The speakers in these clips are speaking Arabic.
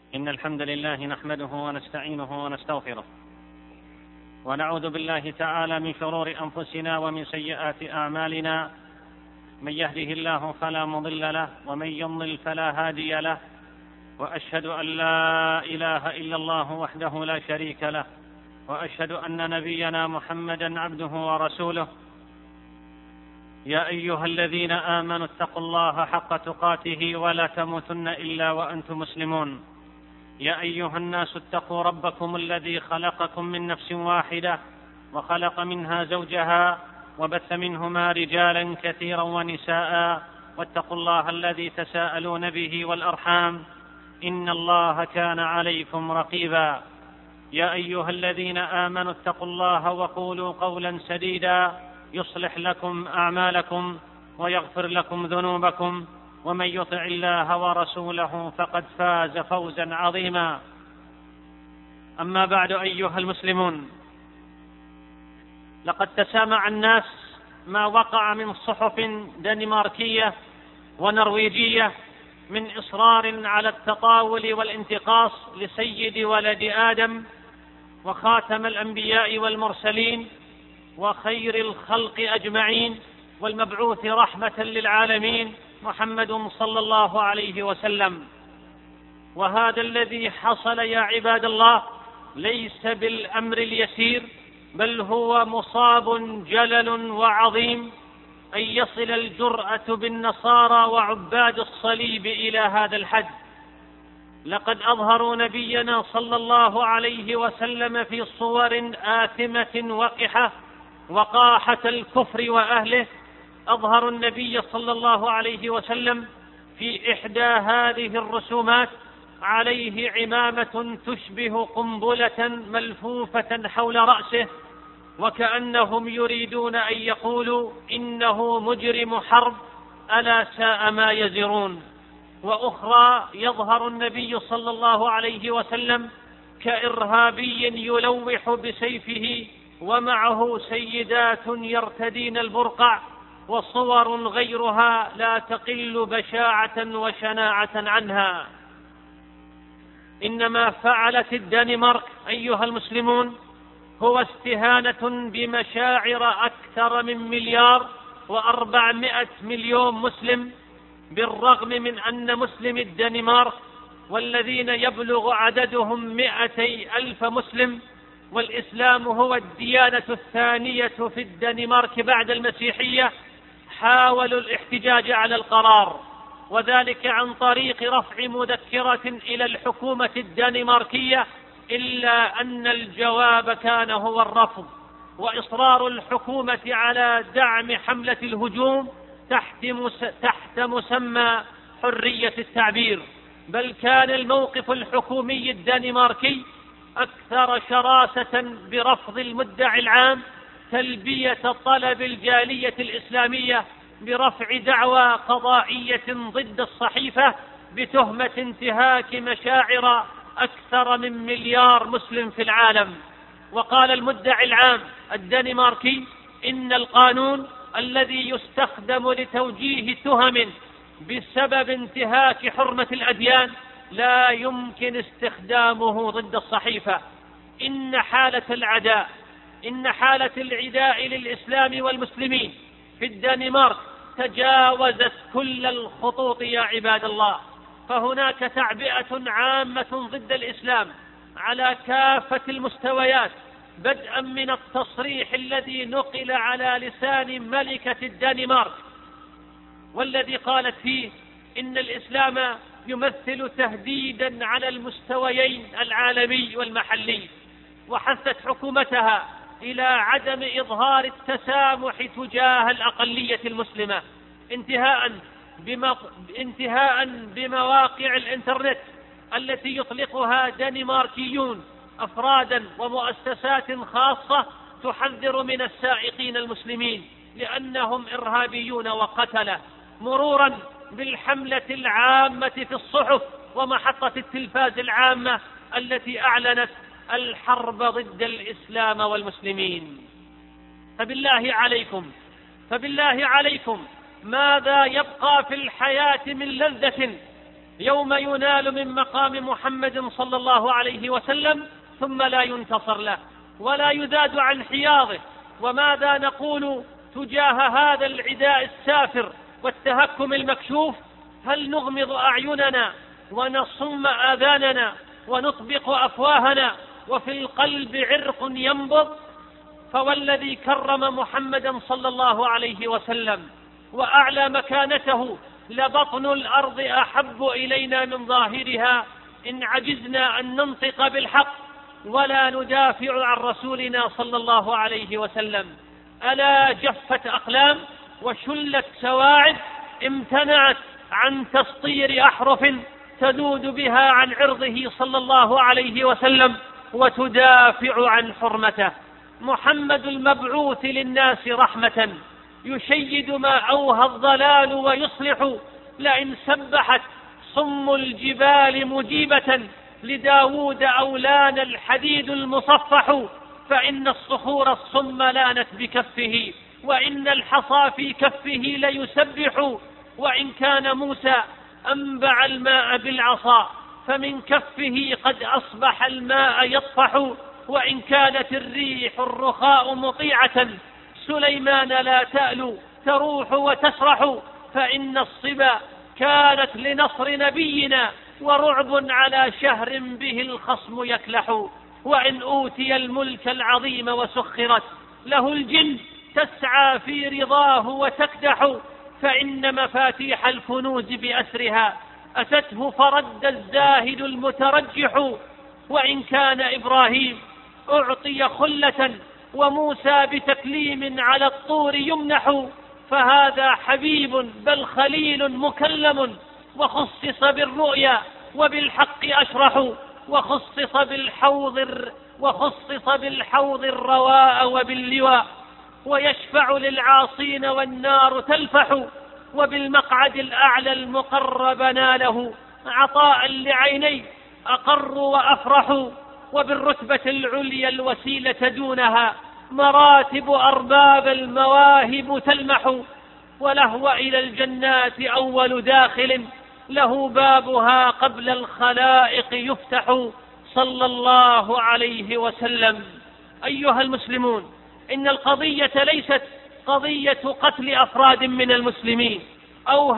إن الحمد لله نحمده ونستعينه ونستغفره، ونعوذ بالله تعالى من شرور أنفسنا ومن سيئات أعمالنا. من يهده الله فلا مضل له، ومن يضلل فلا هادي له، وأشهد أن لا إله إلا الله وحده لا شريك له، وأشهد أن نبينا محمدا عبده ورسوله. يا أيها الذين آمنوا اتقوا الله حق تقاته ولا تموتن إلا وأنتم مسلمون. يا أيها الناس اتقوا ربكم الذي خلقكم من نفس واحدة، وخلق منها زوجها، وبث منهما رجالا كثيرا ونساء، واتقوا الله الذي تساءلون به والأرحام، إن الله كان عليكم رقيبا. يا أيها الذين آمنوا اتقوا الله وقولوا قولا سديدا يصلح لكم أعمالكم ويغفر لكم ذنوبكم، ومن يطع الله ورسوله فقد فاز فوزا عظيما. أما بعد، أيها المسلمون، لقد تسامع الناس ما وقع من صحف دنماركية ونرويجية من إصرار على التطاول والانتقاص لسيد ولد آدم وخاتم الأنبياء والمرسلين وخير الخلق أجمعين والمبعوث رحمة للعالمين محمد صلى الله عليه وسلم. وهذا الذي حصل يا عباد الله ليس بالأمر اليسير، بل هو مصاب جلل وعظيم، أن يصل الجرأة بالنصارى وعباد الصليب إلى هذا الحد. لقد أظهروا نبينا صلى الله عليه وسلم في صور آثمة وقحة وقاحة الكفر وأهله. أظهر النبي صلى الله عليه وسلم في إحدى هذه الرسومات عليه عمامة تشبه قنبلة ملفوفة حول رأسه، وكأنهم يريدون أن يقولوا إنه مجرم حرب، ألا ساء ما يزرون. وأخرى يظهر النبي صلى الله عليه وسلم كإرهابي يلوح بسيفه ومعه سيدات يرتدين البرقع، وصور غيرها لا تقل بشاعة وشناعة عنها. إنما فعلت الدنمارك أيها المسلمون هو استهانة بمشاعر أكثر من 1,400,000,000 مسلم، بالرغم من أن مسلمي الدنمارك والذين يبلغ عددهم 200,000 مسلم، والإسلام هو الديانة الثانية في الدنمارك بعد المسيحية، حاولوا الاحتجاج على القرار، وذلك عن طريق رفع مذكرة إلى الحكومة الدنماركية، إلا أن الجواب كان هو الرفض وإصرار الحكومة على دعم حملة الهجوم تحت مسمى حرية التعبير. بل كان الموقف الحكومي الدنماركي أكثر شراسة برفض المدعي العام تلبية طلب الجالية الإسلامية برفع دعوى قضائية ضد الصحيفة بتهمة انتهاك مشاعر أكثر من 1,000,000,000 مسلم في العالم. وقال المدعي العام الدنماركي إن القانون الذي يستخدم لتوجيه تهم بسبب انتهاك حرمة الأديان لا يمكن استخدامه ضد الصحيفة. إن حالة العداء للإسلام والمسلمين في الدنمارك تجاوزت كل الخطوط يا عباد الله، فهناك تعبئة عامة ضد الإسلام على كافة المستويات، بدءا من التصريح الذي نقل على لسان ملكة الدنمارك، والذي قالت فيه إن الإسلام يمثل تهديدا على المستويين العالمي والمحلي، وحثت حكومتها إلى عدم إظهار التسامح تجاه الأقلية المسلمة، انتهاء بمواقع الإنترنت التي يطلقها دنماركيون أفرادا ومؤسسات خاصة تحذر من السائقين المسلمين لأنهم إرهابيون وقتلة، مرورا بالحملة العامة في الصحف ومحطة التلفاز العامة التي أعلنت الحرب ضد الإسلام والمسلمين. فبالله عليكم ماذا يبقى في الحياة من لذة يوم ينال من مقام محمد صلى الله عليه وسلم ثم لا ينتصر له ولا يذاد عن حياضه. وماذا نقول تجاه هذا العداء السافر والتهكم المكشوف؟ هل نغمض أعيننا ونصم آذاننا ونطبق أفواهنا وفي القلب عرق ينبض؟ فوالذي كرم محمدا صلى الله عليه وسلم وأعلى مكانته لبطن الأرض أحب إلينا من ظاهرها إن عجزنا أن ننطق بالحق ولا ندافع عن رسولنا صلى الله عليه وسلم. ألا جفت أقلام وشلت سواعد امتنعت عن تسطير أحرف تذود بها عن عرضه صلى الله عليه وسلم وتدافع عن حرمته. محمد المبعوث للناس رحمة يشيد ما أوهى الضلال ويصلح. لئن سبحت صم الجبال مجيبة لداود أو لان الحديد المصفح فإن الصخور الصم لانت بكفه وإن الحصى في كفه ليسبح. وإن كان موسى أنبع الماء بالعصا فمن كفه قد أصبح الماء يطفح. وإن كانت الريح الرخاء مطيعة سليمان لا تألو تروح وتسرح فإن الصبا كانت لنصر نبينا ورعب على شهر به الخصم يكلح. وإن أوتي الملك العظيم وسخرت له الجن تسعى في رضاه وتكدح فإن مفاتيح الكنوز بأسرها أتته فرد الزاهد المترجح. وإن كان إبراهيم أعطي خلة وموسى بتكليم على الطور يمنح فهذا حبيب بل خليل مكلم وخصص بالرؤيا وبالحق أشرح وخصص بالحوض الرواء وباللواء ويشفع للعاصين والنار تلفح. وبالمقعد الأعلى المقرب ناله عطاء لعيني أقر وأفرح. وبالرتبة العليا الوسيلة دونها مراتب أرباب المواهب تلمح. ولهو إلى الجنات أول داخل له بابها قبل الخلائق يفتح صلى الله عليه وسلم. أيها المسلمون، إن القضية ليست قضية قتل أفراد من المسلمين أو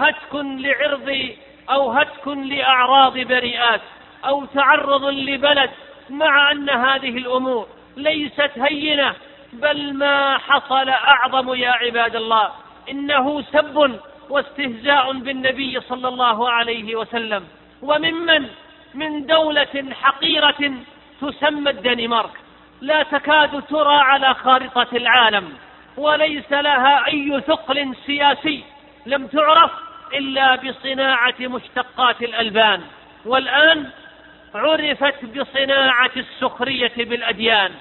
هتك لأعراض بريئات أو تعرض لبلد، مع أن هذه الأمور ليست هينة بل ما حصل أعظم يا عباد الله. إنه سب واستهزاء بالنبي صلى الله عليه وسلم من دولة حقيرة تسمى الدنمارك لا تكاد ترى على خارطة العالم وليس لها أي ثقل سياسي، لم تعرف إلا بصناعة مشتقات الألبان، والآن عرفت بصناعة السخرية بالأديان.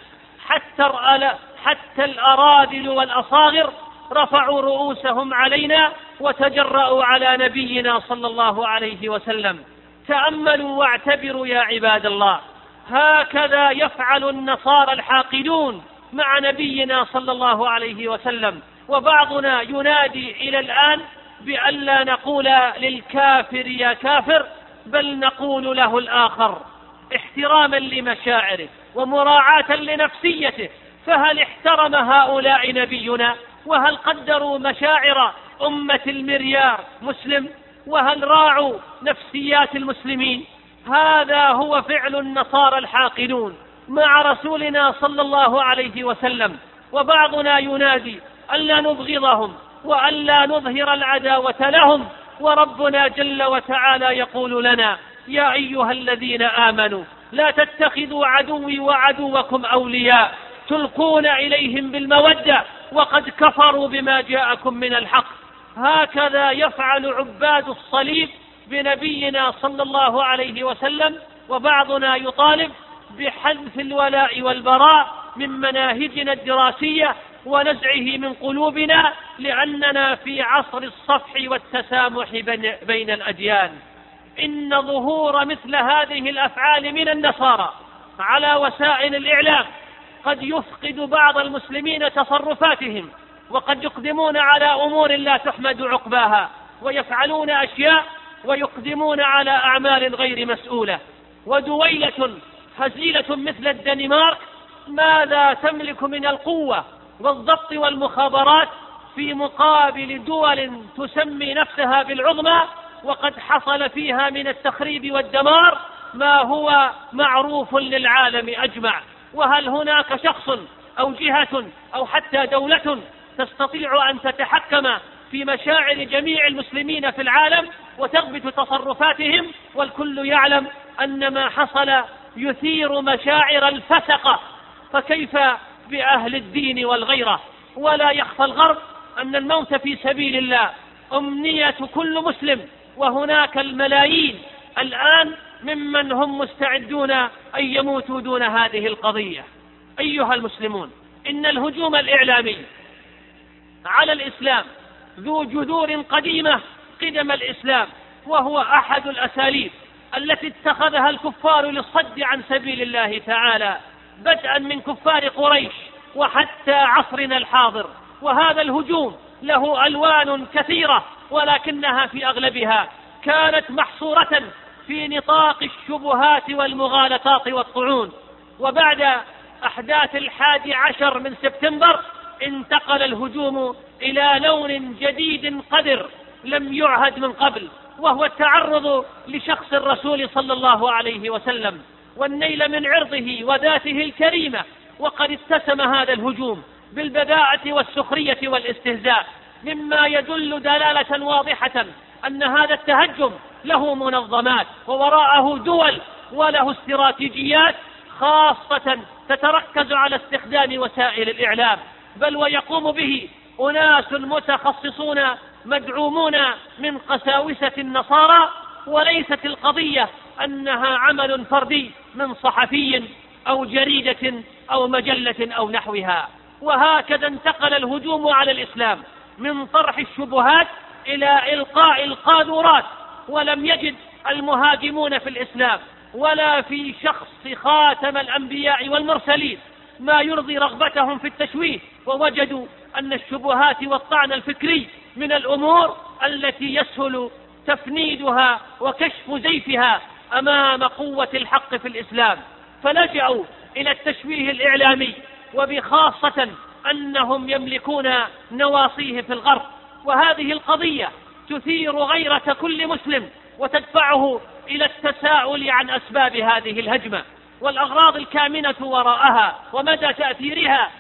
حتى الأراذل والأصاغر رفعوا رؤوسهم علينا وتجرأوا على نبينا صلى الله عليه وسلم. تأملوا واعتبروا يا عباد الله، هكذا يفعل النصارى الحاقدون مع نبينا صلى الله عليه وسلم. وبعضنا ينادي إلى الآن بألا نقول للكافر يا كافر بل نقول له الآخر، احتراما لمشاعره ومراعاة لنفسيته. فهل احترم هؤلاء نبينا؟ وهل قدروا مشاعر أمة المليار مسلم؟ وهل راعوا نفسيات المسلمين؟ هذا هو فعل النصارى الحاقدون مع رسولنا صلى الله عليه وسلم. وبعضنا ينادي ألا نبغضهم وألا نظهر العداوة لهم، وربنا جل وتعالى يقول لنا: يا أيها الذين آمنوا لا تتخذوا عدوي وعدوكم أولياء تلقون إليهم بالمودة وقد كفروا بما جاءكم من الحق. هكذا يفعل عباد الصليب بنبينا صلى الله عليه وسلم. وبعضنا يطالب بحذف الولاء والبراء من مناهجنا الدراسية ونزعه من قلوبنا، لأننا في عصر الصفح والتسامح بين الأديان. إن ظهور مثل هذه الأفعال من النصارى على وسائل الإعلام قد يفقد بعض المسلمين تصرفاتهم، وقد يقدمون على أمور لا تحمد عقباها، ويفعلون أشياء ويقدمون على أعمال غير مسؤولة. ودويلة هزيلة مثل الدنمارك ماذا تملك من القوة والضبط والمخابرات في مقابل دول تسمي نفسها بالعظمى، وقد حصل فيها من التخريب والدمار ما هو معروف للعالم أجمع. وهل هناك شخص أو جهة أو حتى دولة تستطيع أن تتحكم في مشاعر جميع المسلمين في العالم وتضبط تصرفاتهم؟ والكل يعلم أن ما حصل يثير مشاعر الفسقة، فكيف بأهل الدين والغيرة؟ ولا يخفى الغرب أن الموت في سبيل الله أمنية كل مسلم، وهناك الملايين الآن ممن هم مستعدون أن يموتوا دون هذه القضية. أيها المسلمون، إن الهجوم الإعلامي على الإسلام ذو جذور قديمة قدم الإسلام، وهو أحد الأساليب التي اتخذها الكفار للصد عن سبيل الله تعالى، بدءا من كفار قريش وحتى عصرنا الحاضر. وهذا الهجوم له ألوان كثيرة، ولكنها في أغلبها كانت محصورة في نطاق الشبهات والمغالطات والطعون. وبعد أحداث 11 من سبتمبر انتقل الهجوم إلى لون جديد قذر لم يعهد من قبل، وهو التعرض لشخص الرسول صلى الله عليه وسلم والنيل من عرضه وذاته الكريمة. وقد اتسم هذا الهجوم بالبذاءة والسخرية والاستهزاء، مما يدل دلالة واضحة أن هذا التهجم له منظمات ووراءه دول وله استراتيجيات خاصة تتركز على استخدام وسائل الإعلام، بل ويقوم به أناس متخصصون مدعومون من قساوسة النصارى. وليست القضية أنها عمل فردي من صحفي أو جريدة أو مجلة أو نحوها. وهكذا انتقل الهجوم على الإسلام من طرح الشبهات إلى إلقاء القاذورات، ولم يجد المهاجمون في الإسلام ولا في شخص خاتم الأنبياء والمرسلين ما يرضي رغبتهم في التشويه، ووجدوا أن الشبهات والطعن الفكري من الأمور التي يسهل تفنيدها وكشف زيفها أمام قوة الحق في الإسلام، فلجأوا إلى التشويه الإعلامي، وبخاصة أنهم يملكون نواصيه في الغرب. وهذه القضية تثير غيرة كل مسلم وتدفعه إلى التساؤل عن أسباب هذه الهجمة والأغراض الكامنة وراءها ومدى تأثيرها.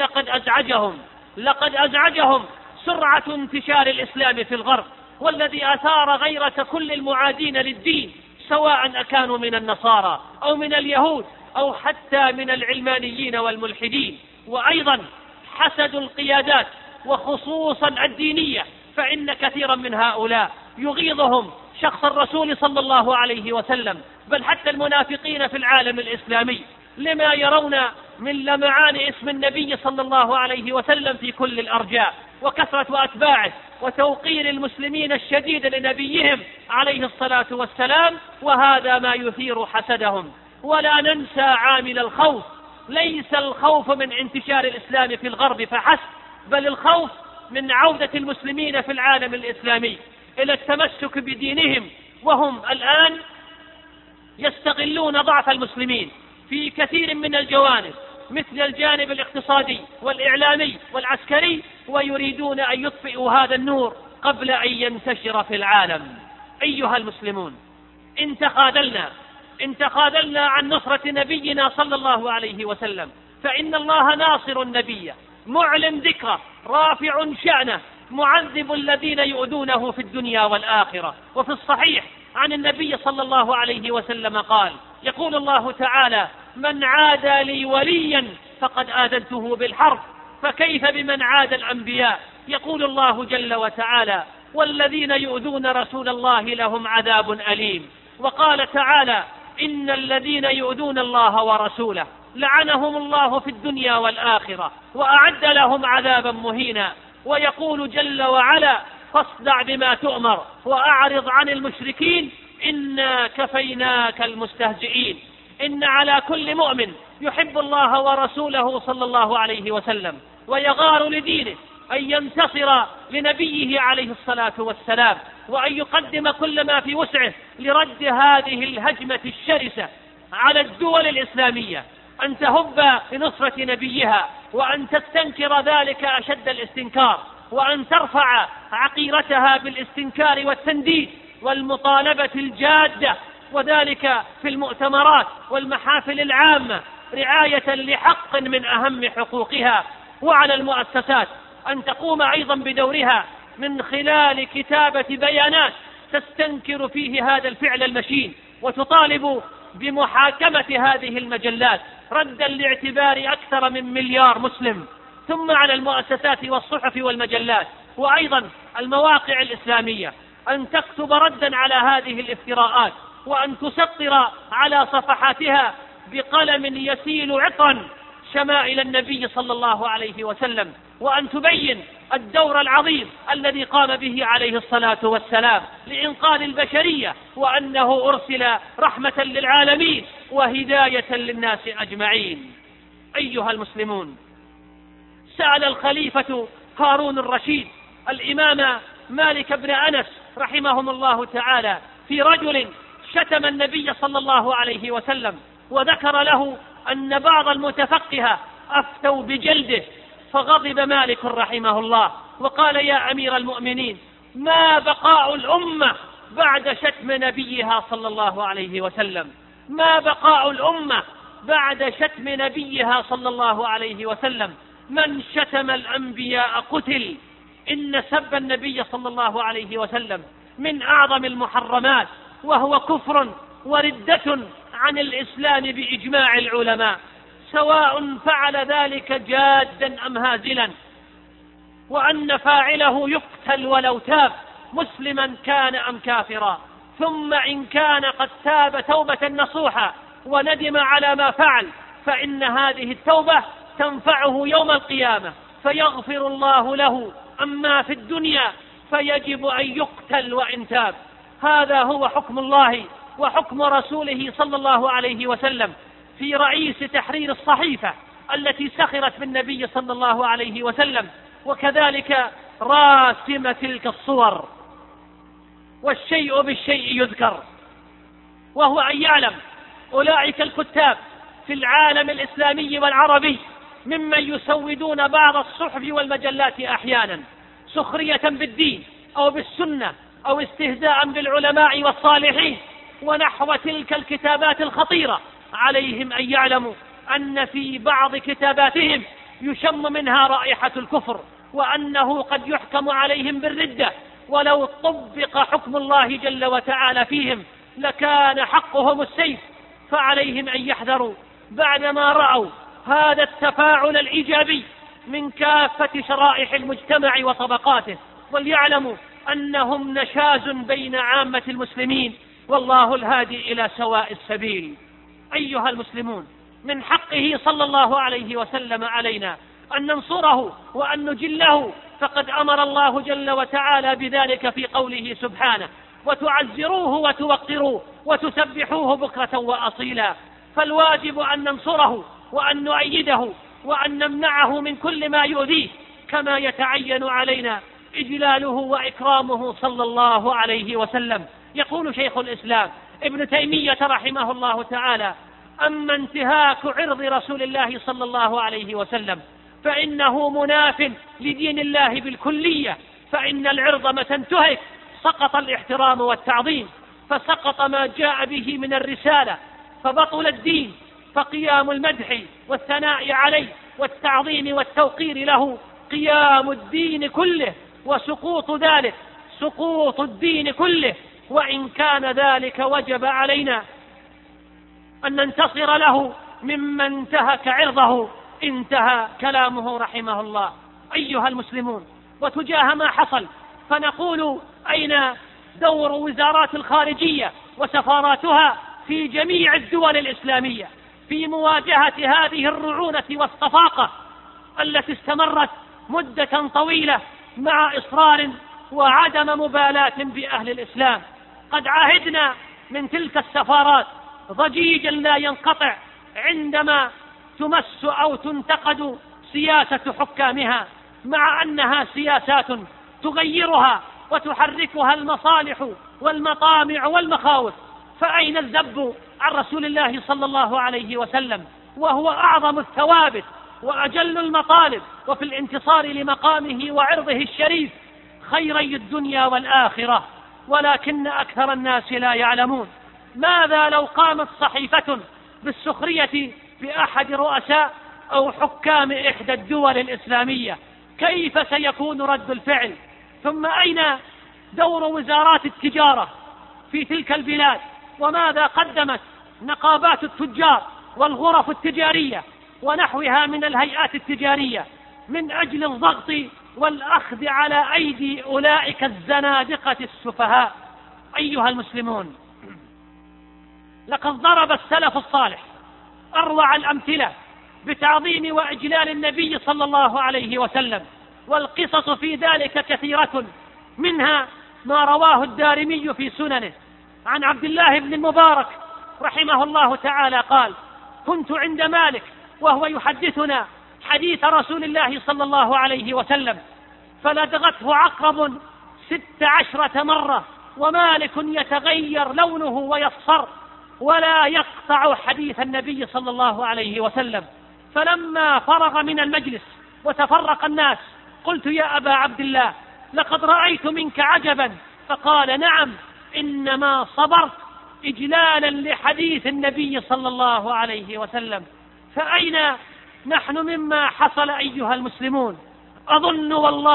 لقد أزعجهم سرعة انتشار الإسلام في الغرب، والذي أثار غيرة كل المعادين للدين، سواء أكانوا من النصارى أو من اليهود أو حتى من العلمانيين والملحدين. وأيضا حسد القيادات وخصوصا الدينية، فإن كثيرا من هؤلاء يغيظهم شخص الرسول صلى الله عليه وسلم، بل حتى المنافقين في العالم الإسلامي، لما يرون من لمعان اسم النبي صلى الله عليه وسلم في كل الأرجاء وكثرة أتباعه وتوقير المسلمين الشديد لنبيهم عليه الصلاة والسلام، وهذا ما يثير حسدهم. ولا ننسى عامل الخوف، ليس الخوف من انتشار الإسلام في الغرب فحسب، بل الخوف من عودة المسلمين في العالم الإسلامي إلى التمسك بدينهم، وهم الآن يستغلون ضعف المسلمين في كثير من الجوانب مثل الجانب الاقتصادي والإعلامي والعسكري، ويريدون أن يطفئوا هذا النور قبل أن ينتشر في العالم. أيها المسلمون، إن تخاذلنا عن نصرة نبينا صلى الله عليه وسلم، فإن الله ناصر النبي، معلن ذكره، رافع شأنه، معذب الذين يؤذونه في الدنيا والآخرة. وفي الصحيح عن النبي صلى الله عليه وسلم قال: يقول الله تعالى: من عادى لي وليا فقد آذنته بالحرب، فكيف بمن عادى الأنبياء؟ يقول الله جل وتعالى: والذين يؤذون رسول الله لهم عذاب أليم. وقال تعالى: إن الذين يؤذون الله ورسوله لعنهم الله في الدنيا والآخرة وأعد لهم عذابا مهينا. ويقول جل وعلا: فاصدع بما تؤمر وأعرض عن المشركين إنا كفيناك المستهزئين. إن على كل مؤمن يحب الله ورسوله صلى الله عليه وسلم ويغار لدينه أن ينتصر لنبيه عليه الصلاة والسلام، وأن يقدم كل ما في وسعه لرد هذه الهجمة الشرسة على الدول الإسلامية، أن تهب لنصرة نبيها، وأن تستنكر ذلك أشد الاستنكار، وأن ترفع عقيرتها بالاستنكار والتنديد والمطالبة الجادة، وذلك في المؤتمرات والمحافل العامة رعاية لحق من أهم حقوقها. وعلى المؤسسات أن تقوم أيضا بدورها من خلال كتابة بيانات تستنكر فيه هذا الفعل المشين، وتطالب بمحاكمة هذه المجلات ردا لاعتبار أكثر من 1 مليار مسلم. ثم على المؤسسات والصحف والمجلات وأيضا المواقع الإسلامية أن تكتب ردا على هذه الافتراءات، وأن تسطر على صفحاتها بقلم يسيل عطرا شمائل النبي صلى الله عليه وسلم، وأن تبين الدور العظيم الذي قام به عليه الصلاة والسلام لإنقاذ البشرية، وأنه أرسل رحمة للعالمين وهداية للناس أجمعين. أيها المسلمون، سأل الخليفة هارون الرشيد الإمام مالك بن أنس رحمهم الله تعالى في رجل شتم النبي صلى الله عليه وسلم، وذكر له أن بعض المتفقهة أفتوا بجلده، فغضب مالك رحمه الله وقال: يا أمير المؤمنين، ما بقاء الأمة بعد شتم نبيها صلى الله عليه وسلم؟ ما بقاء الأمة بعد شتم نبيها صلى الله عليه وسلم؟ من شتم الأنبياء قتل. إن سب النبي صلى الله عليه وسلم من أعظم المحرمات، وهو كفر وردة عن الإسلام بإجماع العلماء، سواء فعل ذلك جادا أم هازلا، وأن فاعله يقتل ولو تاب، مسلما كان أم كافرا. ثم إن كان قد تاب توبة نصوحا وندم على ما فعل، فإن هذه التوبة تنفعه يوم القيامة، فيغفر الله له أما في الدنيا فيجب أن يقتل وإن تاب. هذا هو حكم الله وحكم رسوله صلى الله عليه وسلم في رئيس تحرير الصحيفة التي سخرت بالنبي صلى الله عليه وسلم، وكذلك راسم تلك الصور. والشيء بالشيء يذكر، وهو أن يعلم أولئك الكتاب في العالم الإسلامي والعربي ممن يسودون بعض الصحف والمجلات أحيانا سخرية بالدين أو بالسنة أو استهزاء بالعلماء والصالحين ونحو تلك الكتابات الخطيرة. عليهم أن يعلموا أن في بعض كتاباتهم يشم منها رائحة الكفر، وأنه قد يحكم عليهم بالردة، ولو طبق حكم الله جل وتعالى فيهم لكان حقهم السيف. فعليهم أن يحذروا بعدما رأوا هذا التفاعل الإيجابي من كافة شرائح المجتمع وطبقاته، وليعلموا أنهم نشاز بين عامة المسلمين، والله الهادي إلى سواء السبيل. أيها المسلمون، من حقه صلى الله عليه وسلم علينا أن ننصره وأن نجله، فقد أمر الله جل وتعالى بذلك في قوله سبحانه: وتعزروه وتوقروه وتسبحوه بكرة وأصيلا. فالواجب أن ننصره وأن نؤيده وأن نمنعه من كل ما يؤذيه، كما يتعين علينا إجلاله وإكرامه صلى الله عليه وسلم. يقول شيخ الإسلام ابن تيمية رحمه الله تعالى: أما انتهاك عرض رسول الله صلى الله عليه وسلم فإنه مناف لدين الله بالكلية، فإن العرض متى انتهك سقط الاحترام والتعظيم، فسقط ما جاء به من الرسالة، فبطل الدين. فقيام المدح والثناء عليه والتعظيم والتوقير له قيام الدين كله، وسقوط ذلك سقوط الدين كله. وإن كان ذلك وجب علينا أن ننتصر له ممن انتهك عرضه. انتهى كلامه رحمه الله. أيها المسلمون، وتجاه ما حصل فنقول: أين دور وزارات الخارجية وسفاراتها في جميع الدول الإسلامية في مواجهة هذه الرعونة والصفاقة التي استمرت مدة طويلة مع إصرار وعدم مبالاة بأهل الإسلام؟ قد عاهدنا من تلك السفارات ضجيجا لا ينقطع عندما تمس أو تنتقد سياسة حكامها، مع أنها سياسات تغيرها وتحركها المصالح والمطامع والمخاوف. فأين الذب عن رسول الله صلى الله عليه وسلم وهو أعظم الثوابت وأجل المطالب، وفي الانتصار لمقامه وعرضه الشريف خيري الدنيا والآخرة، ولكن أكثر الناس لا يعلمون. ماذا لو قامت صحيفة بالسخرية بأحد رؤساء أو حكام إحدى الدول الإسلامية؟ كيف سيكون رد الفعل؟ ثم أين دور وزارات التجارة في تلك البلاد؟ وماذا قدمت نقابات التجار والغرف التجارية ونحوها من الهيئات التجارية من أجل الضغط والأخذ على أيدي أولئك الزنادقة السفهاء؟ أيها المسلمون، لقد ضرب السلف الصالح أروع الأمثلة بتعظيم وإجلال النبي صلى الله عليه وسلم، والقصص في ذلك كثيرة، منها ما رواه الدارمي في سننه عن عبد الله بن المبارك رحمه الله تعالى قال: كنت عند مالك وهو يحدثنا حديث رسول الله صلى الله عليه وسلم، فلدغته عقرب 16 مرة، ومالك يتغير لونه ويصفر ولا يقطع حديث النبي صلى الله عليه وسلم. فلما فرغ من المجلس وتفرق الناس قلت: يا أبا عبد الله، لقد رأيت منك عجبا. فقال: نعم، إنما صبرت إجلالا لحديث النبي صلى الله عليه وسلم. فأين نحن مما حصل أيها المسلمون؟ أظن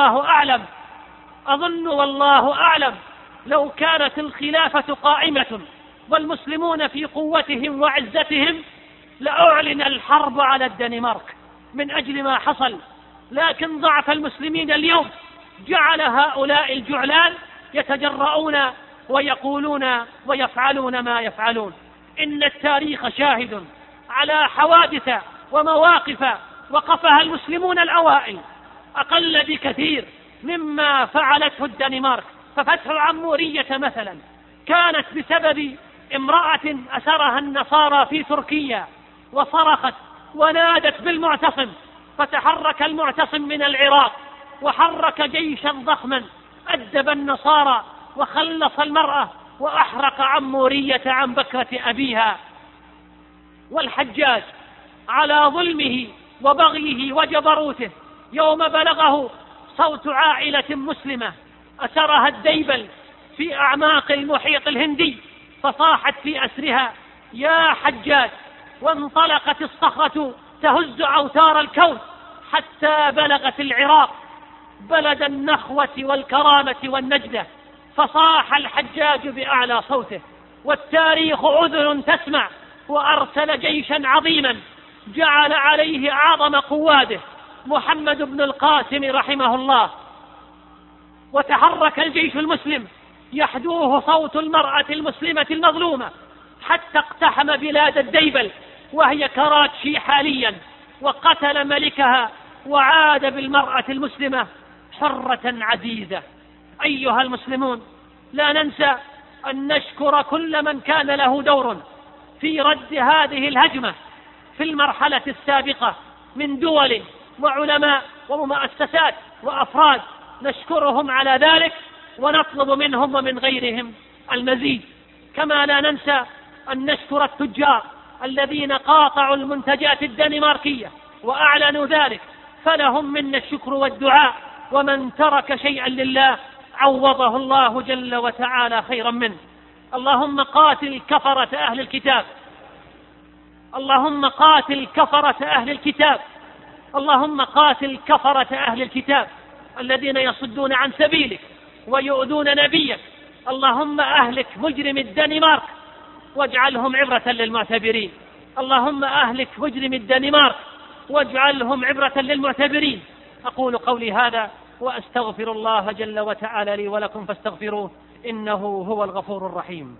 والله أعلم لو كانت الخلافة قائمة والمسلمون في قوتهم وعزتهم لأعلن الحرب على الدنمارك من أجل ما حصل، لكن ضعف المسلمين اليوم جعل هؤلاء الجعلان يتجرؤون ويقولون ويفعلون ما يفعلون. إن التاريخ شاهد على حوادث ومواقف وقفها المسلمون الأوائل أقل بكثير مما فعلته الدنمارك. ففتح عمورية مثلا كانت بسبب امرأة أسرها النصارى في تركيا، وصرخت ونادت بالمعتصم، فتحرك المعتصم من العراق وحرك جيشا ضخما أدب النصارى وخلص المرأة وأحرق عمورية عن بكرة أبيها. والحجاج على ظلمه وبغيه وجبروته يوم بلغه صوت عائلة مسلمة أسرها الديبل في أعماق المحيط الهندي، فصاحت في أسرها: يا حجاج، وانطلقت الصخرة تهز أوتار الكون حتى بلغت العراق بلد النخوة والكرامة والنجدة، فصاح الحجاج بأعلى صوته، والتاريخ أذن تسمع، وأرسل جيشا عظيما جعل عليه أعظم قواده محمد بن القاسم رحمه الله، وتحرك الجيش المسلم يحدوه صوت المرأة المسلمة المظلومة حتى اقتحم بلاد الديبل وهي كراتشي حاليا، وقتل ملكها وعاد بالمرأة المسلمة حرة عزيزة. أيها المسلمون، لا ننسى أن نشكر كل من كان له دور في رد هذه الهجمة في المرحلة السابقة من دول وعلماء ومؤسسات وأفراد، نشكرهم على ذلك ونطلب منهم ومن غيرهم المزيد. كما لا ننسى أن نشكر التجار الذين قاطعوا المنتجات الدنماركية وأعلنوا ذلك، فلهم منا الشكر والدعاء، ومن ترك شيئا لله عوضه الله جل وتعالى خيرا منه. اللهم قاتل كفرة أهل الكتاب، اللهم قاتل كفرة أهل الكتاب، اللهم قاتل كفرة أهل الكتاب الذين يصدون عن سبيلك ويؤذون نبيك. اللهم أهلك مجرم الدنمارك واجعلهم عبرة للمعتبرين، اللهم أهلك مجرم الدنمارك واجعلهم عبرة للمعتبرين. أقول قولي هذا وأستغفر الله جل وتعالى لي ولكم فاستغفروه إنه هو الغفور الرحيم.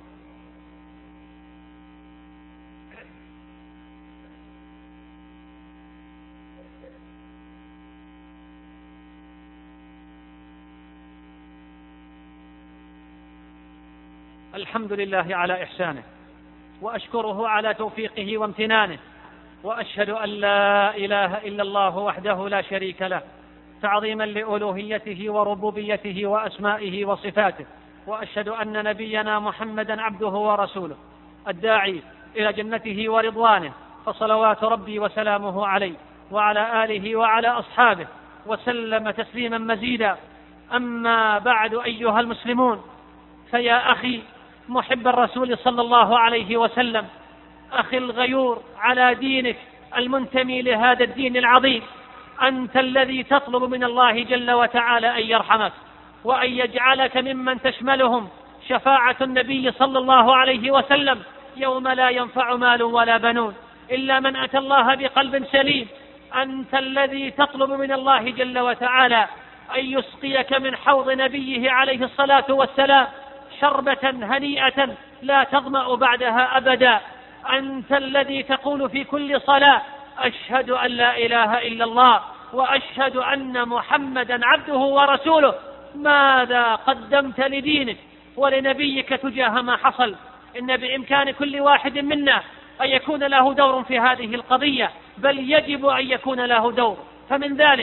الحمد لله على إحسانه، وأشكره على توفيقه وامتنانه، وأشهد أن لا إله إلا الله وحده لا شريك له، تعظيما لألوهيته وربوبيته وأسمائه وصفاته. وأشهد أن نبينا محمدا عبده ورسوله الداعي إلى جنته ورضوانه، فصلوات ربي وسلامه عليه وعلى آله وعلى أصحابه وسلم تسليما مزيدا. أما بعد أيها المسلمون، فيا أخي محب الرسول صلى الله عليه وسلم، أخي الغيور على دينك المنتمي لهذا الدين العظيم، أنت الذي تطلب من الله جل وتعالى أن يرحمك وأن يجعلك ممن تشملهم شفاعة النبي صلى الله عليه وسلم يوم لا ينفع مال ولا بنون إلا من أتى الله بقلب سليم. أنت الذي تطلب من الله جل وتعالى أن يسقيك من حوض نبيه عليه الصلاة والسلام شربة هنيئة لا تظمأ بعدها أبدا. أنت الذي تقول في كل صلاة: أشهد أن لا إله إلا الله وأشهد أن محمدا عبده ورسوله. ماذا قدمت لدينك ولنبيك تجاه ما حصل؟ إن بإمكان كل واحد منا أن يكون له دور في هذه القضية، بل يجب أن يكون له دور. فمن ذلك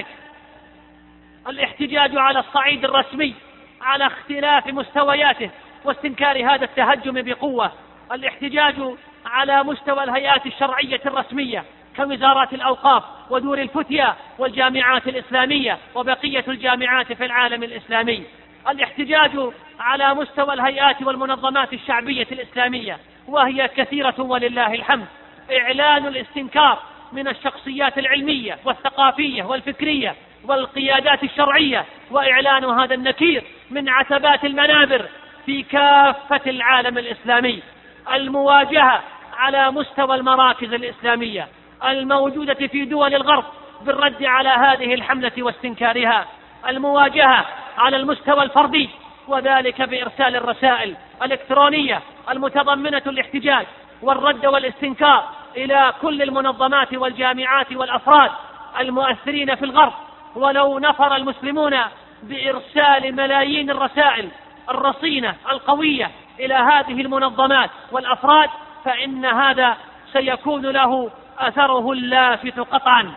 الاحتجاج على الصعيد الرسمي على اختلاف مستوياته واستنكار هذا التهجم بقوة. الاحتجاج على مستوى الهيئات الشرعية الرسمية كوزارات الأوقاف ودور الفتيا والجامعات الإسلامية وبقية الجامعات في العالم الإسلامي. الاحتجاج على مستوى الهيئات والمنظمات الشعبية الإسلامية، وهي كثيرة ولله الحمد. إعلان الاستنكار من الشخصيات العلمية والثقافية والفكرية والقيادات الشرعية، وإعلان هذا النكير من عتبات المنابر في كافة العالم الإسلامي. المواجهة على مستوى المراكز الإسلامية الموجودة في دول الغرب بالرد على هذه الحملة واستنكارها. المواجهة على المستوى الفردي، وذلك بإرسال الرسائل الإلكترونية المتضمنة الاحتجاج والرد والاستنكار إلى كل المنظمات والجامعات والأفراد المؤثرين في الغرب. ولو نفر المسلمون بإرسال ملايين الرسائل الرصينة القوية إلى هذه المنظمات والأفراد، فإن هذا سيكون له أثره اللافت قطعا.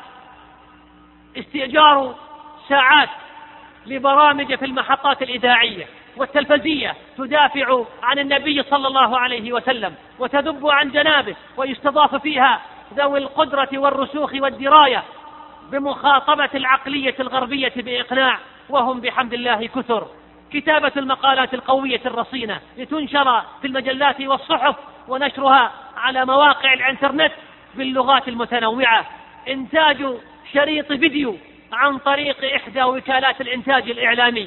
استئجار ساعات لبرامج في المحطات الإذاعية والتلفزية تدافع عن النبي صلى الله عليه وسلم وتذب عن جنابه، ويستضاف فيها ذوي القدرة والرسوخ والدراية بمخاطبة العقلية الغربية بإقناع، وهم بحمد الله كثر. كتابة المقالات القوية الرصينة لتنشر في المجلات والصحف، ونشرها على مواقع الانترنت باللغات المتنوعة. إنتاج شريط فيديو عن طريق إحدى وكالات الإنتاج الإعلامي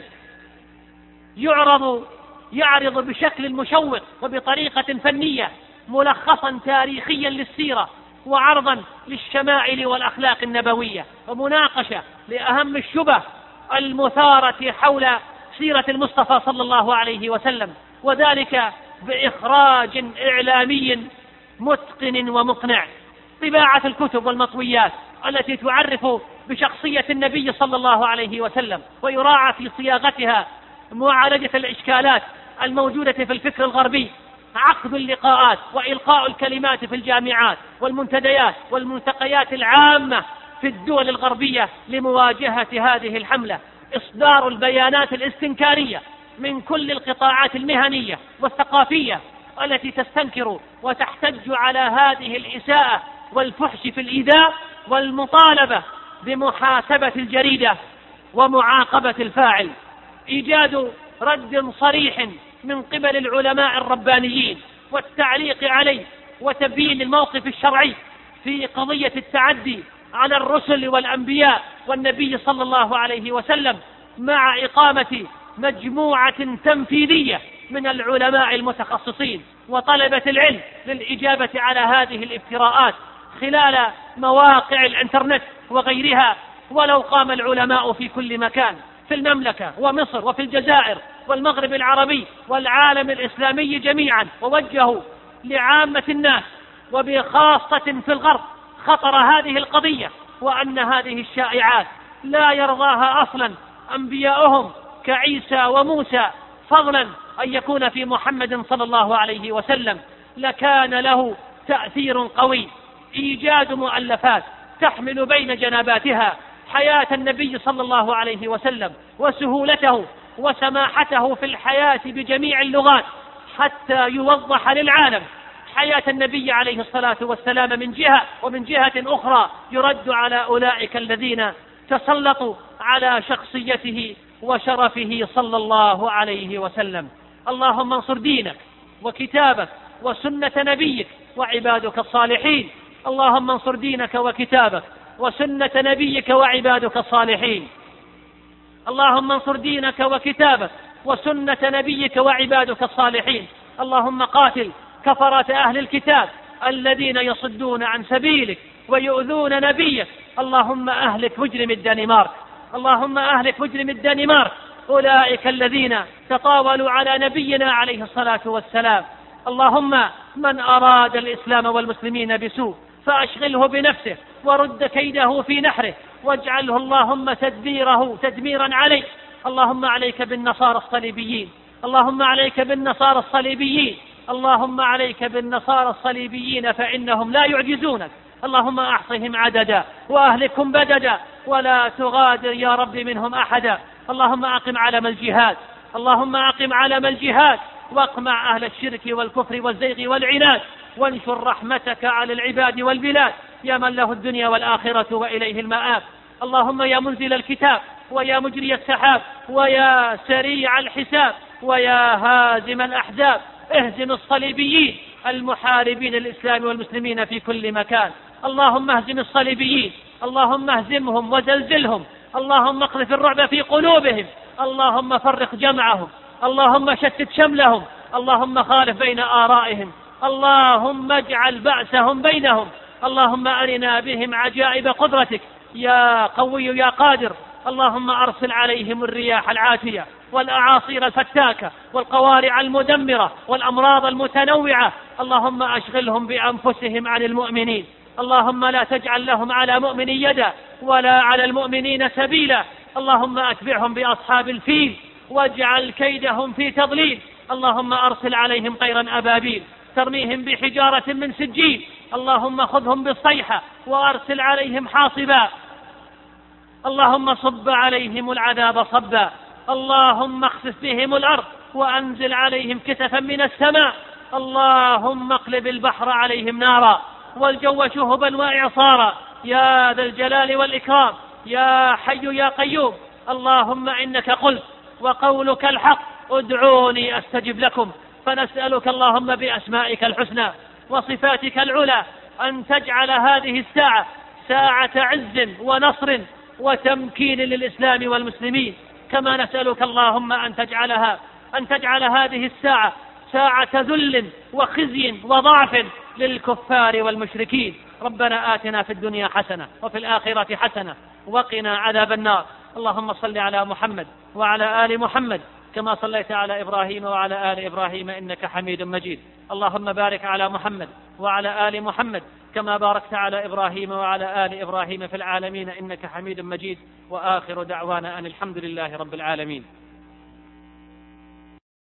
يعرض بشكل مشوق وبطريقة فنية ملخصا تاريخيا للسيرة، وعرضا للشمائل والأخلاق النبوية، ومناقشة لأهم الشبه المثارة حول سيرة المصطفى صلى الله عليه وسلم، وذلك بإخراج إعلامي متقن ومقنع. طباعة الكتب والمطويات التي تعرف بشخصية النبي صلى الله عليه وسلم، ويراعى في صياغتها معالجة الإشكالات الموجودة في الفكر الغربي. عقد اللقاءات وإلقاء الكلمات في الجامعات والمنتديات والملتقيات العامة في الدول الغربية لمواجهة هذه الحملة. إصدار البيانات الاستنكارية من كل القطاعات المهنية والثقافية التي تستنكر وتحتج على هذه الإساءة والفحش في الإيذاء، والمطالبة بمحاسبة الجريدة ومعاقبة الفاعل. إيجاد رد صريح من قبل العلماء الربانيين والتعليق عليه، وتبيين الموقف الشرعي في قضية التعدي على الرسل والأنبياء والنبي صلى الله عليه وسلم، مع إقامة مجموعة تنفيذية من العلماء المتخصصين وطلبة العلم للإجابة على هذه الافتراءات خلال مواقع الانترنت وغيرها. ولو قام العلماء في كل مكان في المملكة ومصر وفي الجزائر والمغرب العربي والعالم الإسلامي جميعا، ووجهوا لعامة الناس وبخاصة في الغرب خطر هذه القضية، وأن هذه الشائعات لا يرضاها أصلا أنبياؤهم كعيسى وموسى، فضلا أن يكون في محمد صلى الله عليه وسلم، لكان له تأثير قوي. إيجاد مؤلفات تحمل بين جنباتها حياة النبي صلى الله عليه وسلم وسهولته وسماحته في الحياة بجميع اللغات، حتى يوضح للعالم حياة النبي عليه الصلاة والسلام من جهة، ومن جهة أخرى يرد على أولئك الذين تسلطوا على شخصيته وشرفه صلى الله عليه وسلم. اللهم انصر دينك وكتابك وسنة نبيك وعبادك الصالحين. اللهم انصر دينك وكتابك وسنة نبيك وعبادك الصالحين. اللهم انصر دينك وكتابك وسنة نبيك وعبادك الصالحين. اللهم قاتل كفرة أهل الكتاب الذين يصدون عن سبيلك ويؤذون نبيك. اللهم أهلك مجرم الدنمارك. اللهم أهلك مجرم الدنمارك، أولئك الذين تطاولوا على نبينا عليه الصلاة والسلام. اللهم من أراد الإسلام والمسلمين بسوء فأشغله بنفسه ورد كيده في نحره، واجعله اللهم تدميرا عليه. اللهم عليك بالنصارى الصليبيين. اللهم عليك بالنصارى الصليبيين. اللهم عليك بالنصارى الصليبيين فإنهم لا يعجزونك. اللهم أحصهم عددا وأهلكهم بددا ولا تغادر يا رب منهم أحدا. اللهم أقم علم الجهاد. اللهم أقم علم الجهاد واقمع أهل الشرك والكفر والزيغ والعناد، وانشر رحمتك على العباد والبلاد يا من له الدنيا والآخرة وإليه المآب. اللهم يا منزل الكتاب ويا مجري السحاب ويا سريع الحساب ويا هازم الأحزاب، اهزم الصليبيين المحاربين للإسلام والمسلمين في كل مكان. اللهم اهزم الصليبيين. اللهم اهزمهم وزلزلهم. اللهم اقذف الرعب في قلوبهم. اللهم فرق جمعهم. اللهم شتت شملهم. اللهم خالف بين آرائهم. اللهم اجعل بأسهم بينهم. اللهم أرنا بهم عجائب قدرتك يا قوي يا قادر. اللهم أرسل عليهم الرياح العاتية والأعاصير الفتاكة والقوارع المدمرة والأمراض المتنوعة. اللهم أشغلهم بأنفسهم عن المؤمنين. اللهم لا تجعل لهم على مؤمن يدا ولا على المؤمنين سبيلا. اللهم أتبعهم بأصحاب الفيل واجعل كيدهم في تضليل. اللهم أرسل عليهم طيرا أبابيل ترميهم بحجارة من سجيل. اللهم خذهم بالصيحة وأرسل عليهم حاصبا. اللهم صب عليهم العذاب صبا. اللهم اخسف بهم الأرض وأنزل عليهم كسفا من السماء. اللهم اقلب البحر عليهم نارا والجو شهبا وإعصارا يا ذا الجلال والإكرام يا حي يا قيوم. اللهم إنك قلت وقولك الحق ادعوني أستجب لكم. فنسألك اللهم بأسمائك الحسنى وصفاتك العلى أن تجعل هذه الساعة ساعة عز ونصر وتمكين للإسلام والمسلمين، كما نسألك اللهم أن تجعل هذه الساعة ساعة ذل وخزي وضعف للكفار والمشركين. ربنا آتنا في الدنيا حسنة وفي الآخرة حسنة وقنا عذاب النار. اللهم صل على محمد وعلى آل محمد كما صليت على إبراهيم وعلى آل إبراهيم إنك حميد مجيد. اللهم بارك على محمد وعلى آل محمد كما باركت على إبراهيم وعلى آل إبراهيم في العالمين إنك حميد مجيد. وآخر دعوانا أن الحمد لله رب العالمين.